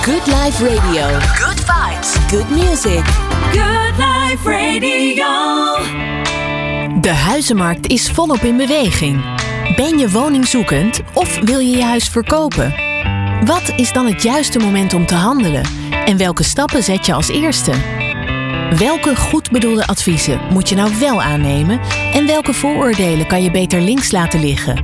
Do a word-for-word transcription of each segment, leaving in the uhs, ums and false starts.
Good Life Radio. Good vibes. Good music. Good Life Radio. De huizenmarkt is volop in beweging. Ben je woningzoekend of wil je je huis verkopen? Wat is dan het juiste moment om te handelen? En welke stappen zet je als eerste? Welke goed bedoelde adviezen moet je nou wel aannemen? En welke vooroordelen kan je beter links laten liggen?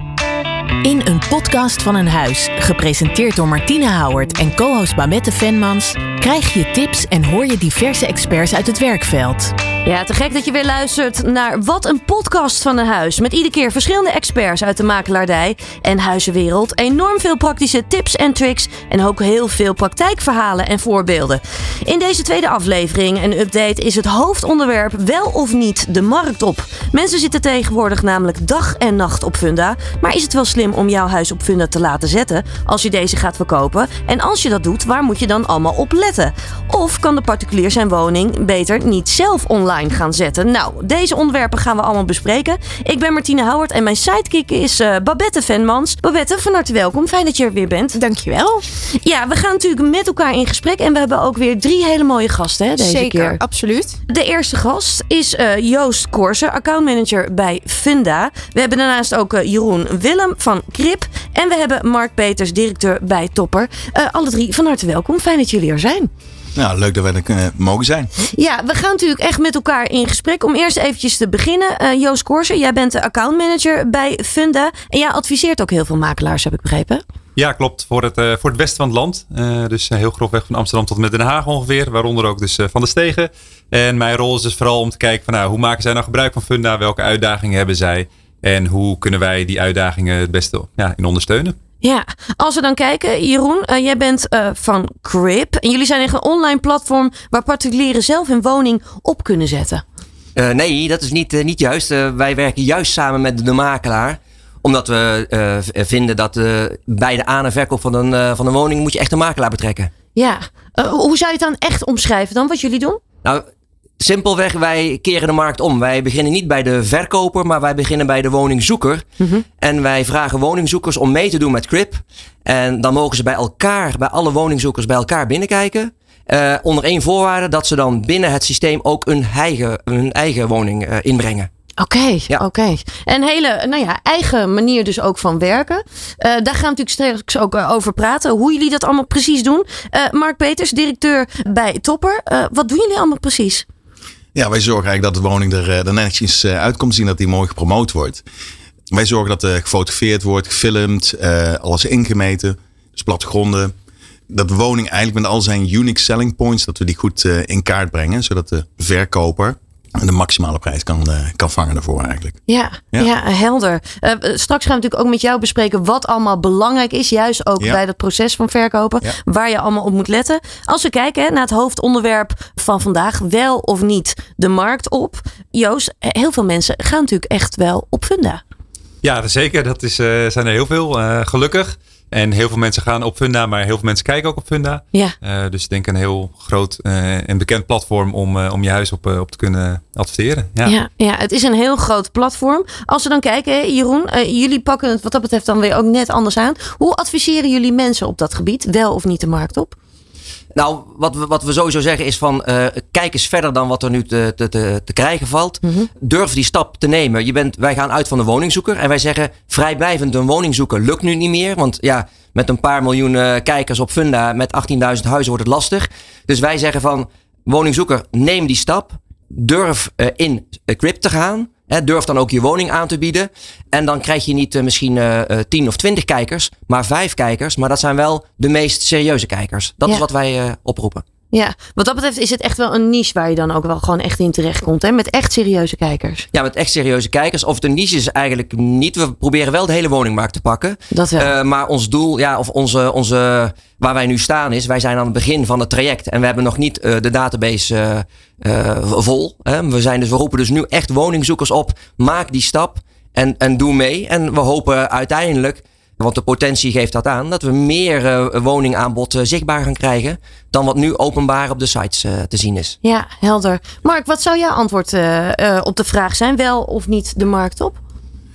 In een podcast van een huis, gepresenteerd door Martine Houwert en co-host Babette Venmans, krijg je tips en hoor je diverse experts uit het werkveld. Ja, te gek dat je weer luistert naar Wat een podcast van een huis. Met iedere keer verschillende experts uit de makelaardij en huizenwereld. Enorm veel praktische tips en tricks en ook heel veel praktijkverhalen en voorbeelden. In deze tweede aflevering en update is het hoofdonderwerp wel of niet de markt op. Mensen zitten tegenwoordig namelijk dag en nacht op Funda. Maar is het wel slim om jouw huis op Funda te laten zetten als je deze gaat verkopen? En als je dat doet, waar moet je dan allemaal op letten? Of kan de particulier zijn woning beter niet zelf online gaan zetten? Nou, deze onderwerpen gaan we allemaal bespreken. Ik ben Martine Houwert en mijn sidekick is uh, Babette Venmans. Babette, van harte welkom. Fijn dat je er weer bent. Dankjewel. Ja, we gaan natuurlijk met elkaar in gesprek en we hebben ook weer drie hele mooie gasten hè, deze Zeker, keer. Zeker, absoluut. De eerste gast is uh, Joost Korsen, accountmanager bij Funda. We hebben daarnaast ook uh, Jeroen Willem van Krip en we hebben Mark Peters, directeur bij Topper. Uh, alle drie van harte welkom. Fijn dat jullie er zijn. Nou, leuk dat wij er uh, mogen zijn. Ja, we gaan natuurlijk echt met elkaar in gesprek. Om eerst eventjes te beginnen. Uh, Joost Korsen, jij bent de accountmanager bij Funda. En jij adviseert ook heel veel makelaars, heb ik begrepen. Ja, klopt. Voor het, uh, voor het westen van het land. Uh, dus uh, heel grofweg van Amsterdam tot en met Den Haag ongeveer. Waaronder ook dus uh, Van de Stegen. En mijn rol is dus vooral om te kijken van nou, hoe maken zij nou gebruik van Funda? Welke uitdagingen hebben zij? En hoe kunnen wij die uitdagingen het beste ja, in ondersteunen? Ja, als we dan kijken, Jeroen, uh, jij bent uh, van Crib. En jullie zijn echt een online platform waar particulieren zelf hun woning op kunnen zetten. Uh, nee, dat is niet, uh, niet juist. Uh, wij werken juist samen met de makelaar. Omdat we uh, vinden dat uh, bij de aan- en verkoop van een, uh, van een woning moet je echt een makelaar betrekken. Ja, uh, hoe zou je het dan echt omschrijven dan, wat jullie doen? Nou, simpelweg, wij keren de markt om. Wij beginnen niet bij de verkoper, maar wij beginnen bij de woningzoeker. Mm-hmm. En wij vragen woningzoekers om mee te doen met Crib. En dan mogen ze bij elkaar, bij alle woningzoekers bij elkaar binnenkijken. Uh, onder één voorwaarde dat ze dan binnen het systeem ook hun eigen, hun eigen woning uh, inbrengen. Oké, okay, ja. oké. Okay. Een hele nou ja, eigen manier dus ook van werken. Uh, daar gaan we natuurlijk straks ook uh, over praten. Hoe jullie dat allemaal precies doen. Uh, Mark Peters, directeur bij Topper. Uh, wat doen jullie allemaal precies? Ja, wij zorgen eigenlijk dat de woning er, er netjes uitkomt. Zien dat die mooi gepromoot wordt. Wij zorgen dat er gefotografeerd wordt, gefilmd, uh, alles ingemeten. Dus plattegronden. Dat de woning eigenlijk met al zijn unique selling points, dat we die goed uh, in kaart brengen. Zodat de verkoper de maximale prijs kan, uh, kan vangen daarvoor eigenlijk. Ja, ja. ja helder. Uh, straks gaan we natuurlijk ook met jou bespreken wat allemaal belangrijk is. Juist ook ja. bij dat proces van verkopen. Ja. Waar je allemaal op moet letten. Als we kijken hè, naar het hoofdonderwerp van vandaag. Wel of niet de markt op. Joost, heel veel mensen gaan natuurlijk echt wel op Funda. Ja, zeker. Dat is, uh, zijn er heel veel. Uh, gelukkig. En heel veel mensen gaan op Funda, maar heel veel mensen kijken ook op Funda. Ja. Uh, dus ik denk een heel groot uh, en bekend platform om, uh, om je huis op, uh, op te kunnen adverteren. Ja. Ja, ja, het is een heel groot platform. Als we dan kijken, hè, Jeroen, uh, jullie pakken het wat dat betreft dan weer ook net anders aan. Hoe adviseren jullie mensen op dat gebied? Wel of niet de markt op? Nou, wat we, wat we sowieso zeggen is van uh, kijk eens verder dan wat er nu te, te, te, te krijgen valt. Mm-hmm. Durf die stap te nemen. Je bent, wij gaan uit van de woningzoeker en wij zeggen vrijblijvend een woningzoeker lukt nu niet meer. Want ja, met een paar miljoen uh, kijkers op Funda met achttienduizend huizen wordt het lastig. Dus wij zeggen van woningzoeker neem die stap. Durf uh, in uh, Crib te gaan. He, durf dan ook je woning aan te bieden. En dan krijg je niet uh, misschien uh, tien of twintig kijkers, maar vijf kijkers. Maar dat zijn wel de meest serieuze kijkers. Dat ja. is wat wij uh, oproepen. Ja, wat dat betreft is het echt wel een niche waar je dan ook wel gewoon echt in terecht komt. Hè? Met echt serieuze kijkers. Ja, met echt serieuze kijkers. Of de niche is eigenlijk niet. We proberen wel de hele woningmarkt te pakken. Dat wel. Uh, maar ons doel, ja, of onze, onze, waar wij nu staan is, wij zijn aan het begin van het traject. En we hebben nog niet uh, de database uh, uh, vol. Hè? We, zijn dus, we roepen dus nu echt woningzoekers op. Maak die stap en, en doe mee. En we hopen uiteindelijk, want de potentie geeft dat aan, dat we meer uh, woningaanbod uh, zichtbaar gaan krijgen dan wat nu openbaar op de sites uh, te zien is. Ja, helder. Mark, wat zou jouw antwoord uh, uh, op de vraag zijn? Wel of niet de markt op?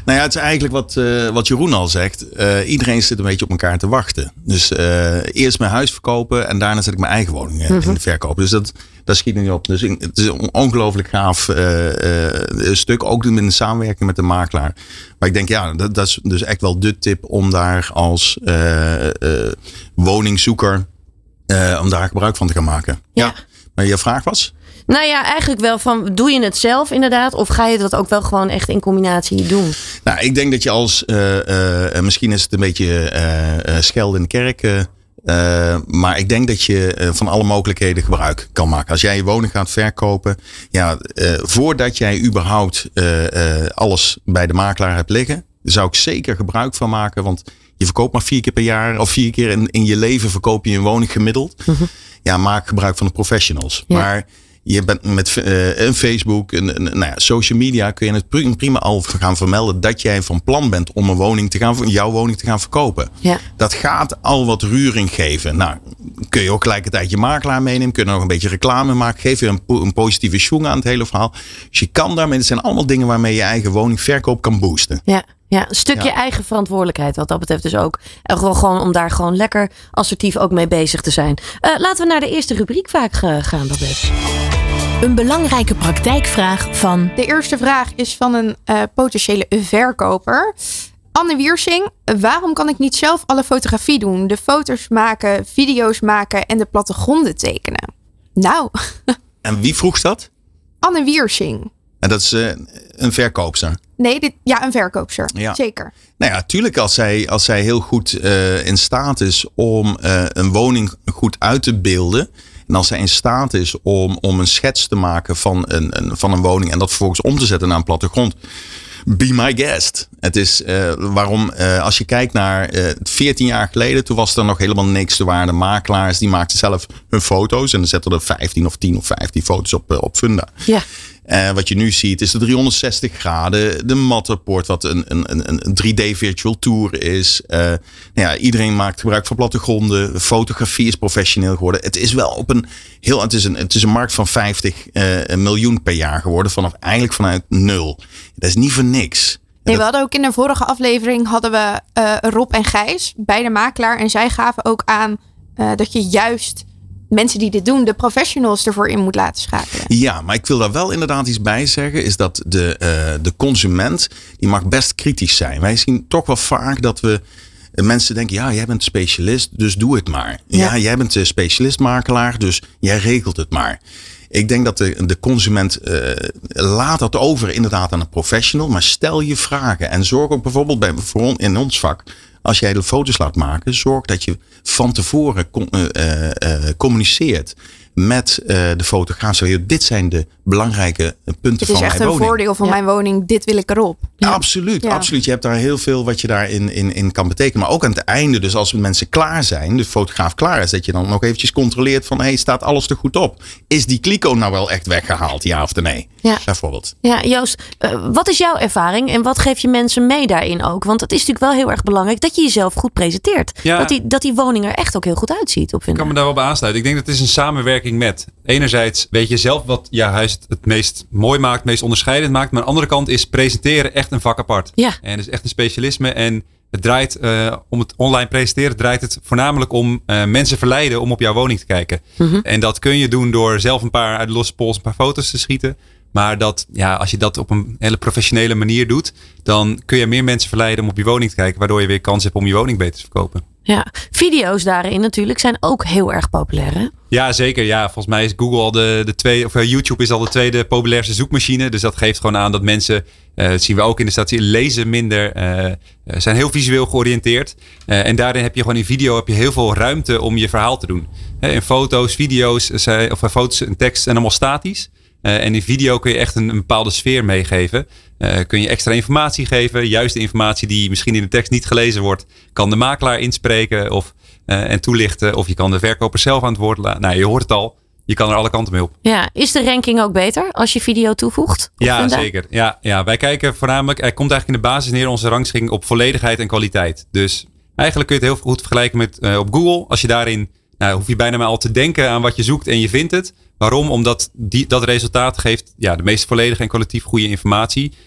Nou ja, het is eigenlijk wat, uh, wat Jeroen al zegt. Uh, iedereen zit een beetje op elkaar te wachten. Dus uh, eerst mijn huis verkopen en daarna zet ik mijn eigen woning uh, mm-hmm. in de verkoop. Dus dat, dat schiet niet op. Dus het is een ongelooflijk gaaf uh, uh, stuk. Ook in de samenwerking met de makelaar. Maar ik denk, ja, dat, dat is dus echt wel de tip om daar als uh, uh, woningzoeker, uh, om daar gebruik van te gaan maken. Ja. ja. Maar je vraag was? Nou ja, eigenlijk wel van, doe je het zelf inderdaad? Of ga je dat ook wel gewoon echt in combinatie doen? Nou, ik denk dat je als, uh, uh, misschien is het een beetje uh, uh, scheld in de kerk. Uh, uh, maar ik denk dat je uh, van alle mogelijkheden gebruik kan maken. Als jij je woning gaat verkopen. Ja, uh, voordat jij überhaupt uh, uh, alles bij de makelaar hebt liggen. Zou ik zeker gebruik van maken. Want je verkoopt maar vier keer per jaar. Of vier keer in, in je leven verkoop je een woning gemiddeld. Mm-hmm. Ja, maak gebruik van de professionals. Ja. Maar je bent met uh, een Facebook, een, een, nou ja, social media kun je het prima al gaan vermelden dat jij van plan bent om een woning te gaan, jouw woning te gaan verkopen. Ja. Dat gaat al wat ruring geven. Nou, kun je ook gelijkertijd je makelaar meenemen, kun je nog een beetje reclame maken, geef je een, een positieve schwung aan het hele verhaal. Dus je kan daarmee, het zijn allemaal dingen waarmee je eigen woningverkoop kan boosten. Ja. Ja, een stukje ja. eigen verantwoordelijkheid wat dat betreft dus ook. En gewoon, gewoon om daar gewoon lekker assertief ook mee bezig te zijn. Uh, laten we naar de eerste rubriek vaak gaan, Babette. Een belangrijke praktijkvraag van... De eerste vraag is van een uh, potentiële verkoper. Anne Wiersing, waarom kan ik niet zelf alle fotografie doen? De foto's maken, video's maken en de plattegronden tekenen. Nou. En wie vroeg dat? Anne Wiersing. En dat is uh, een verkoopster? Nee, dit, ja, een verkoopster. Ja. Zeker. Nou ja, tuurlijk als zij, als zij heel goed uh, in staat is om uh, een woning goed uit te beelden. En als zij in staat is om, om een schets te maken van een, een, van een woning. En dat vervolgens om te zetten naar een plattegrond. Be my guest. Het is uh, waarom, uh, als je kijkt naar uh, veertien jaar geleden, toen was er nog helemaal niks. Er waren de makelaars, die maakten zelf hun foto's. En dan zetten er vijftien of tien of vijftien foto's op, uh, op Funda. Ja. Uh, wat je nu ziet is de driehonderdzestig graden, de Matterport, wat een, een, een, een drie D virtual tour is. Uh, nou ja, iedereen maakt gebruik van plattegronden. Fotografie is professioneel geworden. Het is wel op een heel, het is een, het is een markt van vijftig uh, miljoen per jaar geworden, vanaf eigenlijk vanuit nul. Dat is niet voor niks. Nee, we hadden ook in de vorige aflevering hadden we uh, Rob en Gijs, beide makelaar, en zij gaven ook aan uh, dat je juist mensen die dit doen, de professionals ervoor in moet laten schakelen. Ja, maar ik wil daar wel inderdaad iets bij zeggen. Is dat de, uh, de consument, die mag best kritisch zijn. Wij zien toch wel vaak dat we mensen denken, ja, jij bent specialist, dus doe het maar. Ja, ja jij bent de specialistmakelaar, dus jij regelt het maar. Ik denk dat de, de consument uh, laat dat over inderdaad aan een professional. Maar stel je vragen en zorg ook bijvoorbeeld bij, voor in ons vak. Als jij de foto's laat maken, zorg dat je van tevoren com, uh, uh, communiceert met uh, de fotograaf. Zo, dit zijn de belangrijke punten van mijn woning. Het is echt een voordeel van ja. mijn woning. Dit wil ik erop. Ja. Absoluut, ja. absoluut. Je hebt daar heel veel wat je daarin in, in kan betekenen. Maar ook aan het einde, dus als mensen klaar zijn, de fotograaf klaar is, dat je dan nog eventjes controleert van, hey, staat alles er goed op? Is die kliko nou wel echt weggehaald, ja of nee? Ja. Bijvoorbeeld. Ja, Joost, uh, wat is jouw ervaring en wat geef je mensen mee daarin ook? Want het is natuurlijk wel heel erg belangrijk dat je jezelf goed presenteert. Ja. Dat, die, dat die woning er echt ook heel goed uitziet. Op ik kan me daar wel bij aansluiten. Ik denk dat het is een samenwerking met. Enerzijds weet je zelf wat je huis het meest mooi maakt, het meest onderscheidend maakt. Maar aan de andere kant is presenteren echt een vak apart. Ja. En het is echt een specialisme. En het draait, uh, om het online presenteren, draait het voornamelijk om uh, mensen verleiden om op jouw woning te kijken. Mm-hmm. En dat kun je doen door zelf een paar uit de losse pols een paar foto's te schieten. Maar dat, ja, als je dat op een hele professionele manier doet, dan kun je meer mensen verleiden om op je woning te kijken, waardoor je weer kans hebt om je woning beter te verkopen. Ja, video's daarin natuurlijk zijn ook heel erg populair, hè? Ja, zeker. Ja, volgens mij is Google al de, de tweede, of YouTube is al de tweede populairste zoekmachine. Dus dat geeft gewoon aan dat mensen, uh, dat zien we ook in de statistieken, lezen minder, uh, zijn heel visueel georiënteerd. Uh, en daarin heb je gewoon in video heb je heel veel ruimte om je verhaal te doen. Uh, in foto's, video's, uh, of uh, foto's en tekst zijn allemaal statisch. Uh, en in video kun je echt een, een bepaalde sfeer meegeven. Uh, kun je extra informatie geven. Juist de informatie die misschien in de tekst niet gelezen wordt, kan de makelaar inspreken of, uh, en toelichten. Of je kan de verkoper zelf aan het woord laten. Nou, je hoort het al. Je kan er alle kanten mee op. Ja, is de ranking ook beter als je video toevoegt? Ja, zeker. Ja, ja, wij kijken voornamelijk, hij komt eigenlijk in de basis neer onze rangschikking op volledigheid en kwaliteit. Dus eigenlijk kun je het heel goed vergelijken met uh, op Google. Als je daarin, nou, hoef je bijna maar al te denken aan wat je zoekt en je vindt het. Waarom? Omdat die, dat resultaat geeft ja, de meest volledige en kwalitatief goede informatie.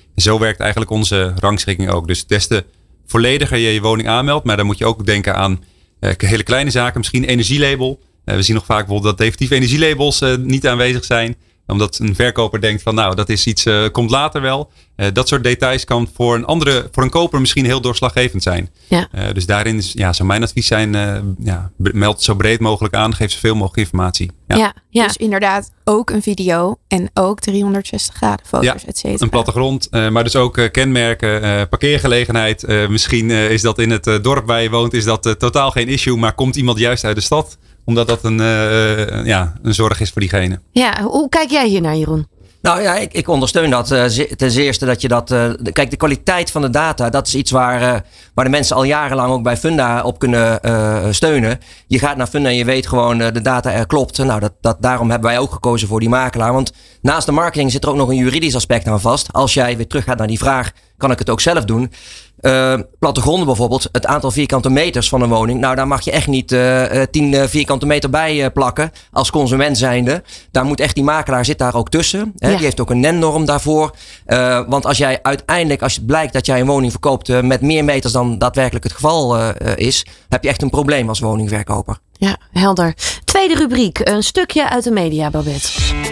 Zo werkt eigenlijk onze rangschikking ook. Dus des te vollediger je je woning aanmeldt. Maar dan moet je ook denken aan uh, hele kleine zaken. Misschien energielabel. Uh, we zien nog vaak bijvoorbeeld dat definitief energielabels uh, niet aanwezig zijn. Omdat een verkoper denkt van nou dat is iets, uh, komt later wel. Uh, dat soort details kan voor een andere, voor een koper misschien heel doorslaggevend zijn. Ja. Uh, dus daarin is, ja, zou mijn advies zijn, uh, ja, meld het zo breed mogelijk aan. Geef zoveel mogelijk informatie. Ja. Ja, ja. Dus inderdaad ook een video en ook driehonderdzestig graden foto's, ja, et cetera. Een plattegrond, uh, maar dus ook uh, kenmerken, uh, parkeergelegenheid. Uh, misschien uh, is dat in het uh, dorp waar je woont, is dat uh, totaal geen issue. Maar komt iemand juist uit de stad? Omdat dat een, uh, ja, een zorg is voor diegene. Ja, hoe kijk jij hier naar, Jeroen? Nou ja, ik, ik ondersteun dat. Uh, ten eerste dat je dat... Uh, kijk, de kwaliteit van de data, dat is iets waar, uh, waar de mensen al jarenlang ook bij Funda op kunnen uh, steunen. Je gaat naar Funda en je weet gewoon, uh, de data er klopt. Nou, dat, dat, daarom hebben wij ook gekozen voor die makelaar. Want naast de marketing zit er ook nog een juridisch aspect aan vast. Als jij weer terug gaat naar die vraag, kan ik het ook zelf doen. Uh, plattegronden bijvoorbeeld, het aantal vierkante meters van een woning. Nou, daar mag je echt niet uh, tien uh, vierkante meter bij uh, plakken als consument zijnde. Daar moet echt die makelaar zit daar ook tussen. Hè? Ja. Die heeft ook een N E N-norm daarvoor. Uh, want als jij uiteindelijk, als het blijkt dat jij een woning verkoopt uh, met meer meters dan daadwerkelijk het geval uh, is, heb je echt een probleem als woningverkoper. Ja, helder. Tweede rubriek, een stukje uit de media, Babette.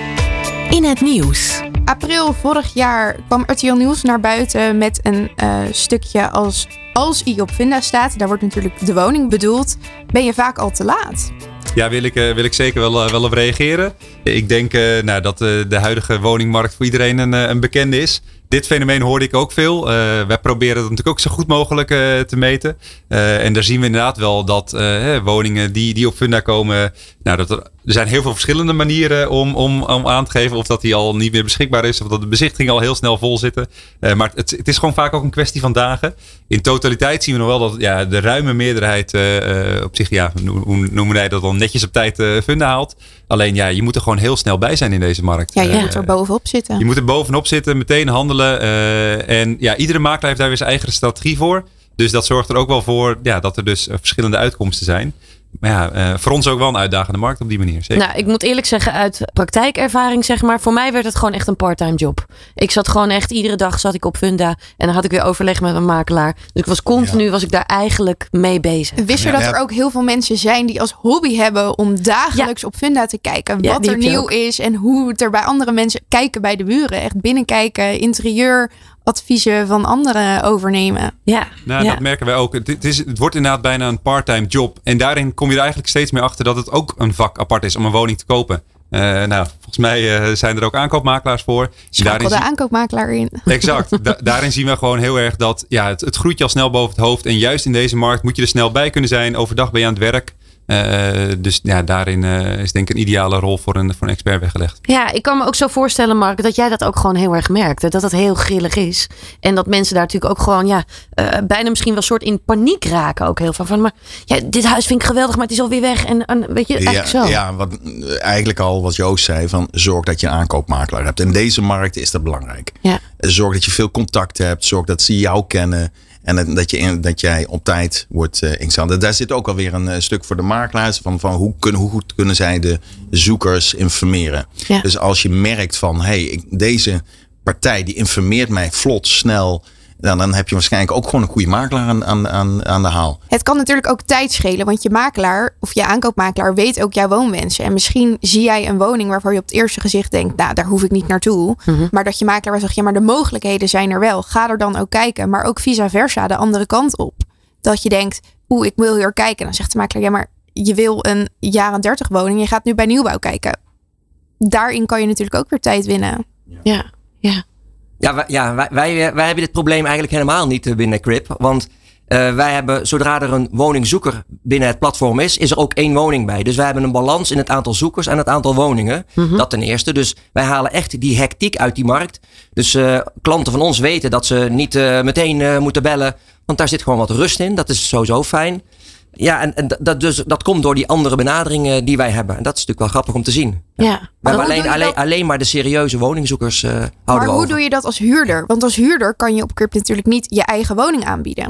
In het nieuws. April vorig jaar kwam R T L Nieuws naar buiten met een uh, stukje als... Als I op Funda staat, daar wordt natuurlijk de woning bedoeld, ben je vaak al te laat. Ja, wil ik, uh, wil ik zeker wel, uh, wel op reageren. Ik denk uh, nou, dat uh, de huidige woningmarkt voor iedereen een, uh, een bekende is. Dit fenomeen hoorde ik ook veel. Uh, wij proberen het natuurlijk ook zo goed mogelijk uh, te meten. Uh, en daar zien we inderdaad wel dat uh, woningen die, die op Funda komen... Nou, dat er, er zijn heel veel verschillende manieren om, om, om aan te geven of dat die al niet meer beschikbaar is. Of dat de bezichtigingen al heel snel vol zitten. Uh, maar het, het is gewoon vaak ook een kwestie van dagen. In totaliteit zien we nog wel dat ja, de ruime meerderheid uh, op zich, ja, hoe noemen wij dat dan, netjes op tijd uh, Funda haalt. Alleen ja, je moet er gewoon heel snel bij zijn in deze markt. Ja, je uh, moet er bovenop zitten. Je moet er bovenop zitten, meteen handelen. Uh, en ja, iedere makelaar heeft daar weer zijn eigen strategie voor. Dus dat zorgt er ook wel voor ja, dat er dus uh, verschillende uitkomsten zijn. Maar ja, uh, voor ons ook wel een uitdagende markt op die manier. Zeker. Nou, ik moet eerlijk zeggen, uit praktijkervaring zeg maar, voor mij werd het gewoon echt een parttime job. Ik zat gewoon echt, iedere dag zat ik op Funda en dan had ik weer overleg met een makelaar. Dus ik was continu, ja. was ik daar eigenlijk mee bezig. Wist je ja, dat ja. er ook heel veel mensen zijn die als hobby hebben om dagelijks ja. op Funda te kijken Ja, wat die er heb je nieuw ook. is en hoe het er bij andere mensen kijken bij de buren. Echt binnenkijken, interieur, adviezen van anderen overnemen. Ja, Nou, ja. dat merken wij ook. Het, het, is, het wordt inderdaad bijna een part-time job. En daarin kom je er eigenlijk steeds meer achter dat het ook een vak apart is om een woning te kopen. Uh, nou, volgens mij uh, zijn er ook aankoopmakelaars voor. Schakel de zie- aankoopmakelaar in. Exact. Da- daarin zien we gewoon heel erg dat ja, het, het groeit je al snel boven het hoofd. En juist in deze markt moet je er snel bij kunnen zijn. Overdag ben je aan het werk. Uh, dus ja, daarin uh, is denk ik een ideale rol voor een, voor een expert weggelegd. Ja, ik kan me ook zo voorstellen, Mark, dat jij dat ook gewoon heel erg merkt. Dat het heel grillig is. En dat mensen daar natuurlijk ook gewoon, ja, uh, bijna misschien wel soort in paniek raken ook heel veel van. Maar ja, dit huis vind ik geweldig, maar het is alweer weg. En, en weet je, eigenlijk ja, zo. Ja, wat, eigenlijk al wat Joost zei, van zorg dat je een aankoopmakelaar hebt. In deze markt is dat belangrijk. Ja. Zorg dat je veel contact hebt. Zorg dat ze jou kennen. En dat, je in, dat jij op tijd wordt uh, ingezet. Daar zit ook alweer een uh, stuk voor de makelaars. Van, van hoe, kunnen, hoe goed kunnen zij de zoekers informeren. Ja. Dus als je merkt van hey, ik, deze partij die informeert mij vlot, snel. Dan, dan heb je waarschijnlijk ook gewoon een goede makelaar aan, aan, aan, aan de haal. Het kan natuurlijk ook tijd schelen, want je makelaar of je aankoopmakelaar weet ook jouw woonwensen. En misschien zie jij een woning waarvan je op het eerste gezicht denkt, nou, daar hoef ik niet naartoe. Mm-hmm. Maar dat je makelaar wel zegt, ja, maar de mogelijkheden zijn er wel. Ga er dan ook kijken, maar ook vice versa de andere kant op. Dat je denkt, oeh, ik wil hier kijken. Dan zegt de makelaar, ja, maar je wil een jaren dertig woning. Je gaat nu bij nieuwbouw kijken. Daarin kan je natuurlijk ook weer tijd winnen. Ja, ja. Ja, wij, ja wij, wij, wij hebben dit probleem eigenlijk helemaal niet binnen Crib. Want uh, wij hebben, zodra er een woningzoeker binnen het platform is, is er ook één woning bij. Dus wij hebben een balans in het aantal zoekers en het aantal woningen. Mm-hmm. Dat ten eerste. Dus wij halen echt die hectiek uit die markt. Dus uh, klanten van ons weten dat ze niet uh, meteen uh, moeten bellen. Want daar zit gewoon wat rust in. Dat is sowieso fijn. Ja, en, en dat, dus, dat komt door die andere benaderingen die wij hebben. En dat is natuurlijk wel grappig om te zien. Ja. We Maar hebben hoe alleen, doe je alleen, dat? alleen maar de serieuze woningzoekers uh, houden Maar we hoe over. doe je dat als huurder? Want als huurder kan je op Crib natuurlijk niet je eigen woning aanbieden.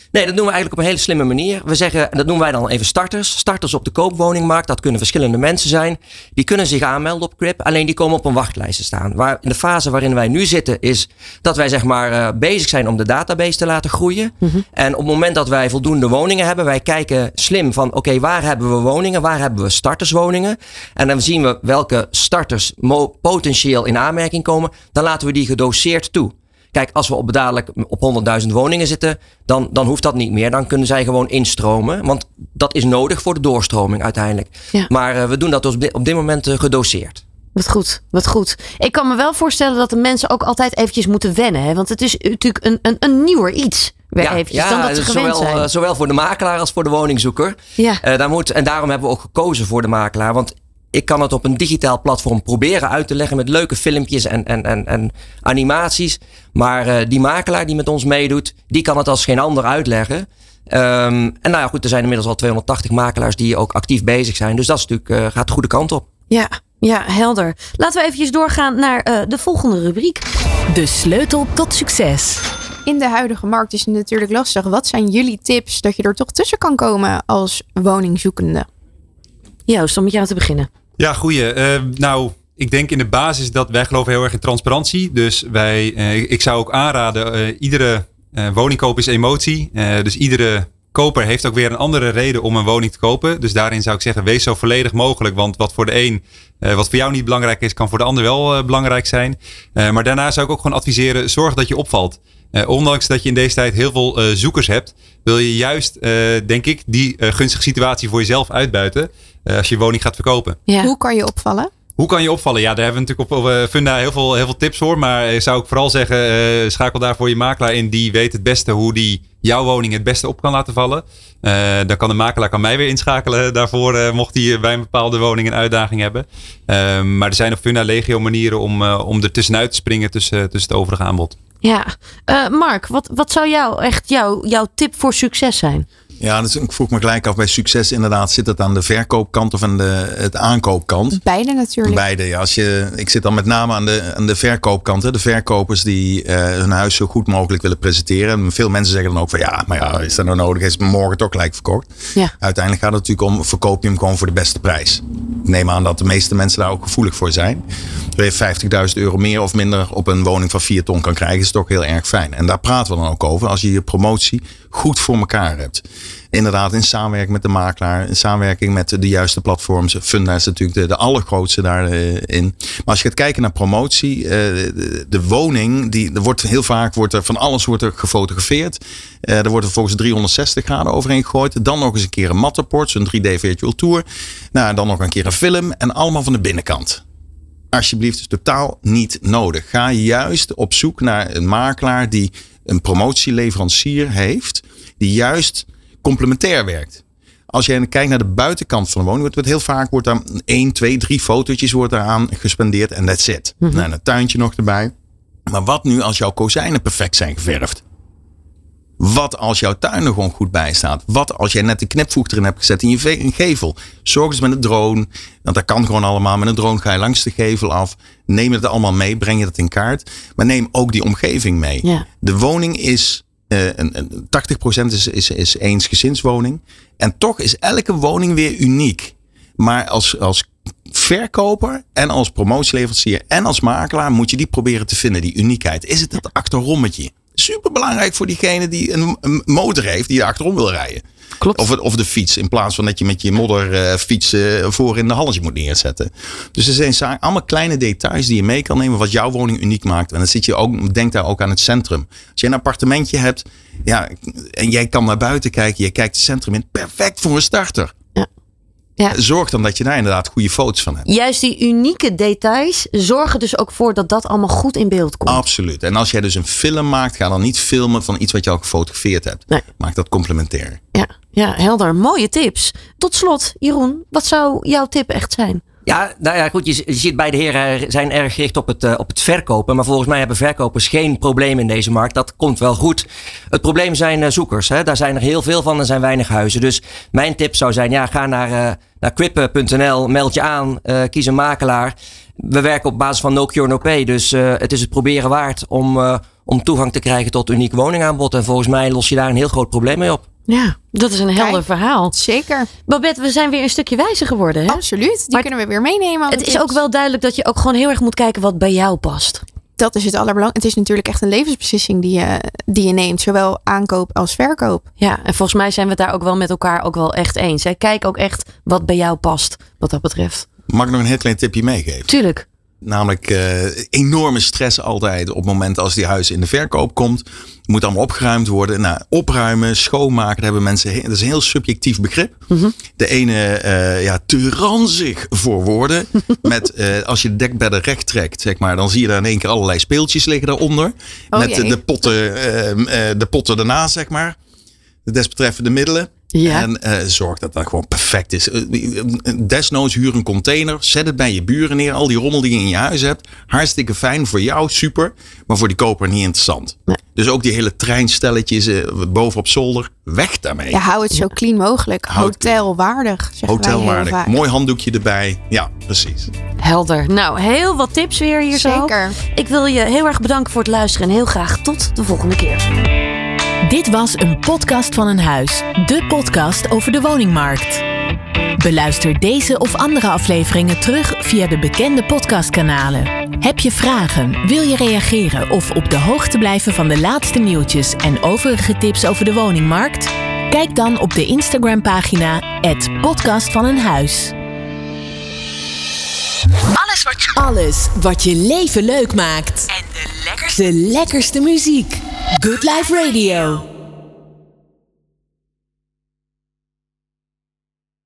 Nee, dat doen we eigenlijk op een hele slimme manier. We zeggen, dat noemen wij dan even starters. Starters op de koopwoningmarkt, dat kunnen verschillende mensen zijn. Die kunnen zich aanmelden op Quip, alleen die komen op een wachtlijst te staan. Waar, in de fase waarin wij nu zitten is dat wij zeg maar uh, bezig zijn om de database te laten groeien. Mm-hmm. En op het moment dat wij voldoende woningen hebben, wij kijken slim van oké, okay, waar hebben we woningen, waar hebben we starterswoningen. En dan zien we welke starters mo- potentieel in aanmerking komen. Dan laten we die gedoseerd toe. Kijk, als we op dadelijk op honderdduizend woningen zitten, dan, dan hoeft dat niet meer. Dan kunnen zij gewoon instromen. Want dat is nodig voor de doorstroming uiteindelijk. Ja. Maar uh, we doen dat dus op dit moment uh, gedoseerd. Wat goed, wat goed. Ik kan me wel voorstellen dat de mensen ook altijd eventjes moeten wennen. Hè? Want het is natuurlijk een, een, een nieuwer iets. Weer ja, eventjes, ja, dan dat ze gewend zowel, zijn. Uh, zowel voor de makelaar als voor de woningzoeker. Ja. Uh, daar moet, en daarom hebben we ook gekozen voor de makelaar. Want ik kan het op een digitaal platform proberen uit te leggen met leuke filmpjes en, en, en, en animaties. Maar uh, die makelaar die met ons meedoet, die kan het als geen ander uitleggen. Um, en nou ja, goed, er zijn inmiddels al tweehonderdtachtig makelaars die ook actief bezig zijn. Dus dat is natuurlijk, uh, gaat de goede kant op. Ja, ja, helder. Laten we eventjes doorgaan naar uh, de volgende rubriek. De sleutel tot succes. In de huidige markt is het natuurlijk lastig. Wat zijn jullie tips dat je er toch tussen kan komen als woningzoekende? Joost, om met jou te beginnen. Ja, goeie. Uh, nou, ik denk in de basis dat wij geloven heel erg in transparantie. Dus wij, uh, ik zou ook aanraden, uh, iedere uh, woningkoop is emotie. Uh, dus iedere koper heeft ook weer een andere reden om een woning te kopen. Dus daarin zou ik zeggen, wees zo volledig mogelijk. Want wat voor de een, uh, wat voor jou niet belangrijk is, kan voor de ander wel uh, belangrijk zijn. Uh, maar daarna zou ik ook gewoon adviseren, zorg dat je opvalt. Uh, ondanks dat je in deze tijd heel veel uh, zoekers hebt, wil je juist, uh, denk ik, die uh, gunstige situatie voor jezelf uitbuiten. Uh, als je woning gaat verkopen. Ja. Hoe kan je opvallen? Hoe kan je opvallen? Ja, daar hebben we natuurlijk op uh, Funda heel veel, heel veel tips voor. Maar uh, zou ik vooral zeggen, uh, schakel daarvoor je makelaar in. Die weet het beste hoe die jouw woning het beste op kan laten vallen. Uh, dan kan de makelaar kan mij weer inschakelen daarvoor. Uh, mocht hij bij een bepaalde woning een uitdaging hebben. Uh, maar er zijn op Funda legio manieren om, uh, om er tussenuit te springen tussen, tussen het overige aanbod. Ja, uh, Mark, wat, wat zou jou echt jou, jouw tip voor succes zijn? Ja, dus ik vroeg me gelijk af bij succes inderdaad. Zit het aan de verkoopkant of aan de het aankoopkant? Beide natuurlijk. Beide, ja. Als je, ik zit dan met name aan de, aan de verkoopkant. Hè. De verkopers die uh, hun huis zo goed mogelijk willen presenteren. En veel mensen zeggen dan ook van ja, maar ja, is dat nou nodig? Is het morgen toch gelijk verkocht? Ja. Uiteindelijk gaat het natuurlijk om, verkoop je hem gewoon voor de beste prijs. Ik neem aan dat de meeste mensen daar ook gevoelig voor zijn. Als je vijftigduizend euro meer of minder op een woning van vier ton kan krijgen, is het toch heel erg fijn. En daar praten we dan ook over. Als je je promotie goed voor elkaar hebt. Inderdaad, in samenwerking met de makelaar, in samenwerking met de juiste platforms. Funda is natuurlijk de, de allergrootste daarin. Maar als je gaat kijken naar promotie, de, de woning, die, er wordt heel vaak wordt er van alles wordt er gefotografeerd. Er wordt er volgens driehonderdzestig graden overheen gegooid. Dan nog eens een keer een matterport, zo'n drie D virtual tour. Nou, dan nog een keer een film en allemaal van de binnenkant. Alsjeblieft, is totaal niet nodig. Ga juist op zoek naar een makelaar die een promotieleverancier heeft, die juist complementair werkt. Als je kijkt naar de buitenkant van de woning, wordt heel vaak wordt daar één, twee, drie fotootjes wordt eraan gespendeerd en that's it. Mm-hmm. Nou, een tuintje nog erbij. Maar wat nu als jouw kozijnen perfect zijn geverfd? Wat als jouw tuin er gewoon goed bij staat? Wat als jij net de knipvoeg erin hebt gezet in je ve- gevel? Zorg eens met een drone. Want dat kan gewoon allemaal. Met een drone ga je langs de gevel af. Neem het allemaal mee. Breng je dat in kaart. Maar neem ook die omgeving mee. Ja. De woning is... Uh, een, een tachtig procent is, is, is eensgezinswoning. En toch is elke woning weer uniek. Maar als, als verkoper en als promotieleverancier en als makelaar moet je die proberen te vinden. Die uniekheid. Is het dat achterrommetje? Super belangrijk voor diegene die een, een motor heeft die er achterom wil rijden. Klopt. Of, of de fiets. In plaats van dat je met je modderfiets uh, voor in de halletje moet neerzetten. Dus er zijn zaken, allemaal kleine details die je mee kan nemen. Wat jouw woning uniek maakt. En dan zit je ook, denk daar ook aan het centrum. Als je een appartementje hebt. Ja, en jij kan naar buiten kijken. Je kijkt het centrum in. Perfect voor een starter. Ja. Ja. Zorg dan dat je daar inderdaad goede foto's van hebt. Juist die unieke details zorgen dus ook voor dat dat allemaal goed in beeld komt. Absoluut. En als jij dus een film maakt, ga dan niet filmen van iets wat je al gefotografeerd hebt. Nee. Maak dat complementair. Ja, ja, helder. Mooie tips. Tot slot, Jeroen, wat zou jouw tip echt zijn? Ja, nou ja, goed. Je, je ziet beide heren zijn erg gericht op het, uh, op het verkopen. Maar volgens mij hebben verkopers geen probleem in deze markt. Dat komt wel goed. Het probleem zijn uh, zoekers. Hè. Daar zijn er heel veel van. Er zijn weinig huizen. Dus mijn tip zou zijn, ja, ga naar, uh, naar quip punt n l. Meld je aan. Uh, kies een makelaar. We werken op basis van no cure no pay. Dus uh, het is het proberen waard om... Uh, om toegang te krijgen tot uniek woningaanbod. En volgens mij los je daar een heel groot probleem mee op. Ja, dat is een helder Kijk, verhaal. Zeker. Babette, we zijn weer een stukje wijzer geworden. Hè? Absoluut. Die Maar kunnen we weer meenemen. Het is ook wel duidelijk dat je ook gewoon heel erg moet kijken wat bij jou past. Dat is het allerbelangrijkste. Het is natuurlijk echt een levensbeslissing die je, die je neemt. Zowel aankoop als verkoop. Ja, en volgens mij zijn we het daar ook wel met elkaar ook wel echt eens. Hè? Kijk ook echt wat bij jou past, wat dat betreft. Mag ik nog een heel klein tipje meegeven? Tuurlijk. Namelijk uh, enorme stress altijd op het moment als die huis in de verkoop komt. Moet allemaal opgeruimd worden. Nou, opruimen, schoonmaken, daar hebben mensen. Dat is een heel subjectief begrip. Mm-hmm. De ene uh, ja, te ranzig voor woorden. Met uh, als je de dekbedden recht trekt, zeg maar, dan zie je daar in één keer allerlei speeltjes liggen daaronder. Oh, met jee. de potten, uh, uh, de potten daarna, zeg maar. De desbetreffende middelen. Ja. En uh, zorg dat dat gewoon perfect is. Uh, desnoods huur een container. Zet het bij je buren neer. Al die rommel die je in je huis hebt. Hartstikke fijn voor jou, super. Maar voor die koper niet interessant. Nee. Dus ook die hele treinstelletjes uh, boven op zolder. Weg daarmee. Ja, hou het zo clean mogelijk. Houd het Hotelwaardig. Zeggen wij heel Hotelwaardig. vaak. Mooi handdoekje erbij. Ja, precies. Helder. Nou, heel wat tips weer hier zo. Zeker. Ik wil je heel erg bedanken voor het luisteren. En heel graag tot de volgende keer. Dit was een podcast van een huis. De podcast over de woningmarkt. Beluister deze of andere afleveringen terug via de bekende podcastkanalen. Heb je vragen, wil je reageren of op de hoogte blijven van de laatste nieuwtjes en overige tips over de woningmarkt? Kijk dan op de Instagram-pagina at podcast van een huis. Alles wat je... Alles wat je leven leuk maakt. En de lekkerste... De lekkerste muziek. Good Life Radio.